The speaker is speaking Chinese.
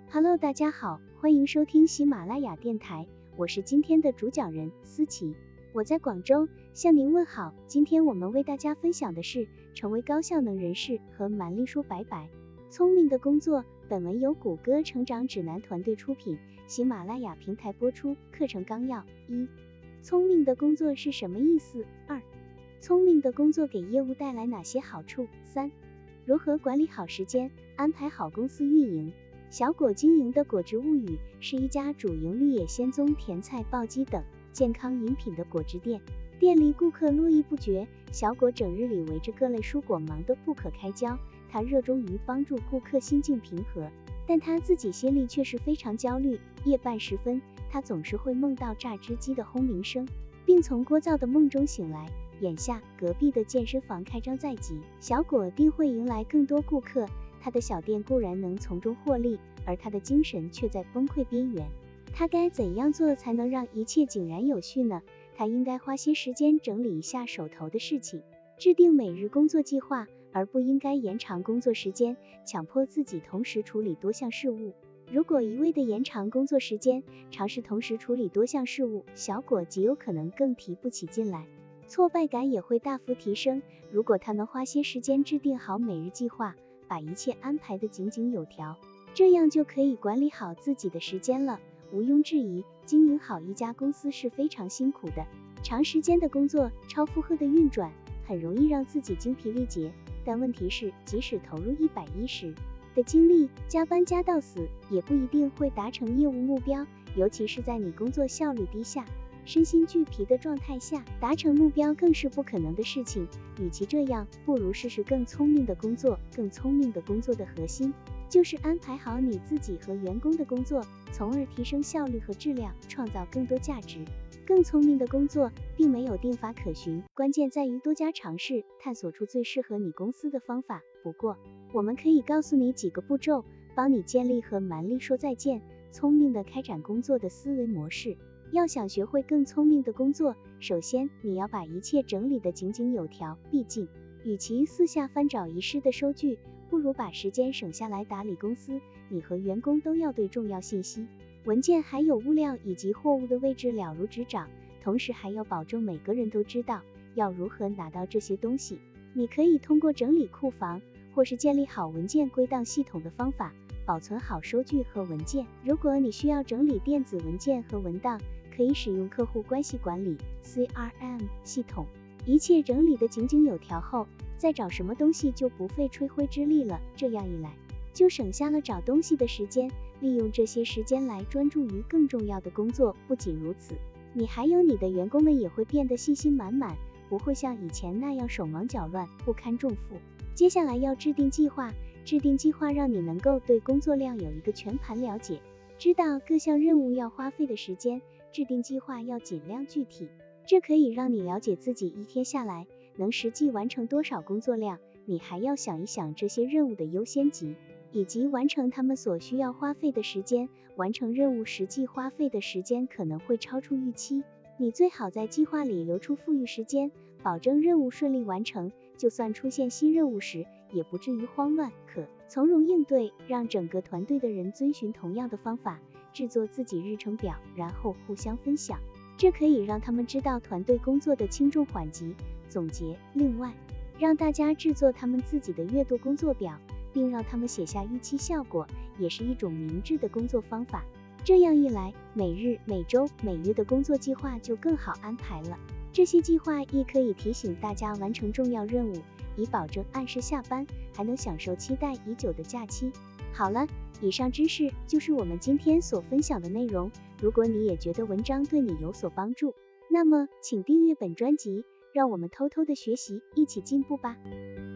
Hello， 大家好，欢迎收听喜马拉雅电台，我是今天的主讲人思琪，我在广州向您问好。今天我们为大家分享的是成为高效能人士和蛮力说拜拜。聪明的工作，本文由谷歌成长指南团队出品，喜马拉雅平台播出。课程纲要：一、聪明的工作是什么意思？二、聪明的工作给业务带来哪些好处？三、如何管理好时间，安排好公司运营？小果经营的果汁物语是一家主营绿野仙踪、甜菜、暴击等健康饮品的果汁店，店里顾客络绎不绝，小果整日里围着各类蔬果忙得不可开交。他热衷于帮助顾客心境平和，但他自己心里却是非常焦虑。夜半时分，他总是会梦到榨汁机的轰鸣声，并从聒噪的梦中醒来。眼下隔壁的健身房开张在即，小果定会迎来更多顾客，他的小店固然能从中获利，而他的精神却在崩溃边缘。他该怎样做才能让一切井然有序呢？他应该花些时间整理一下手头的事情，制定每日工作计划，而不应该延长工作时间，强迫自己同时处理多项事务。如果一味的延长工作时间，尝试同时处理多项事务，小果极有可能更提不起劲来，挫败感也会大幅提升。如果他能花些时间制定好每日计划，把一切安排得井井有条，这样就可以管理好自己的时间了。毋庸置疑，经营好一家公司是非常辛苦的，长时间的工作，超负荷的运转，很容易让自己精疲力竭。但问题是，即使投入110%的精力，加班加到死，也不一定会达成业务目标，尤其是在你工作效率低下，身心俱疲的状态下，达成目标更是不可能的事情。与其这样，不如试试更聪明的工作。更聪明的工作的核心，就是安排好你自己和员工的工作，从而提升效率和质量，创造更多价值。更聪明的工作并没有定法可循，关键在于多加尝试，探索出最适合你公司的方法。不过，我们可以告诉你几个步骤，帮你建立和蛮力说再见，聪明的开展工作的思维模式。要想学会更聪明的工作，首先你要把一切整理得井井有条，毕竟与其四下翻找遗失的收据，不如把时间省下来打理公司。你和员工都要对重要信息、文件还有物料以及货物的位置了如指掌，同时还要保证每个人都知道要如何拿到这些东西。你可以通过整理库房，或是建立好文件归档系统的方法，保存好收据和文件。如果你需要整理电子文件和文档，可以使用客户关系管理 CRM 系统。一切整理的井井有条后，再找什么东西就不费吹灰之力了，这样一来就省下了找东西的时间，利用这些时间来专注于更重要的工作。不仅如此，你还有你的员工们也会变得信心满满，不会像以前那样手忙脚乱，不堪重负。接下来要制定计划，制定计划让你能够对工作量有一个全盘了解，知道各项任务要花费的时间。制定计划要尽量具体，这可以让你了解自己一天下来能实际完成多少工作量。你还要想一想这些任务的优先级，以及完成他们所需要花费的时间。完成任务实际花费的时间可能会超出预期，你最好在计划里留出富裕时间，保证任务顺利完成，就算出现新任务时也不至于慌乱，可从容应对。让整个团队的人遵循同样的方法，制作自己日程表，然后互相分享，这可以让他们知道团队工作的轻重缓急。总结，另外，让大家制作他们自己的月度工作表，并让他们写下预期效果，也是一种明智的工作方法。这样一来，每日、每周、每月的工作计划就更好安排了。这些计划亦可以提醒大家完成重要任务，以保证按时下班，还能享受期待已久的假期。好了，以上知识就是我们今天所分享的内容。如果你也觉得文章对你有所帮助，那么请订阅本专辑，让我们偷偷的学习，一起进步吧。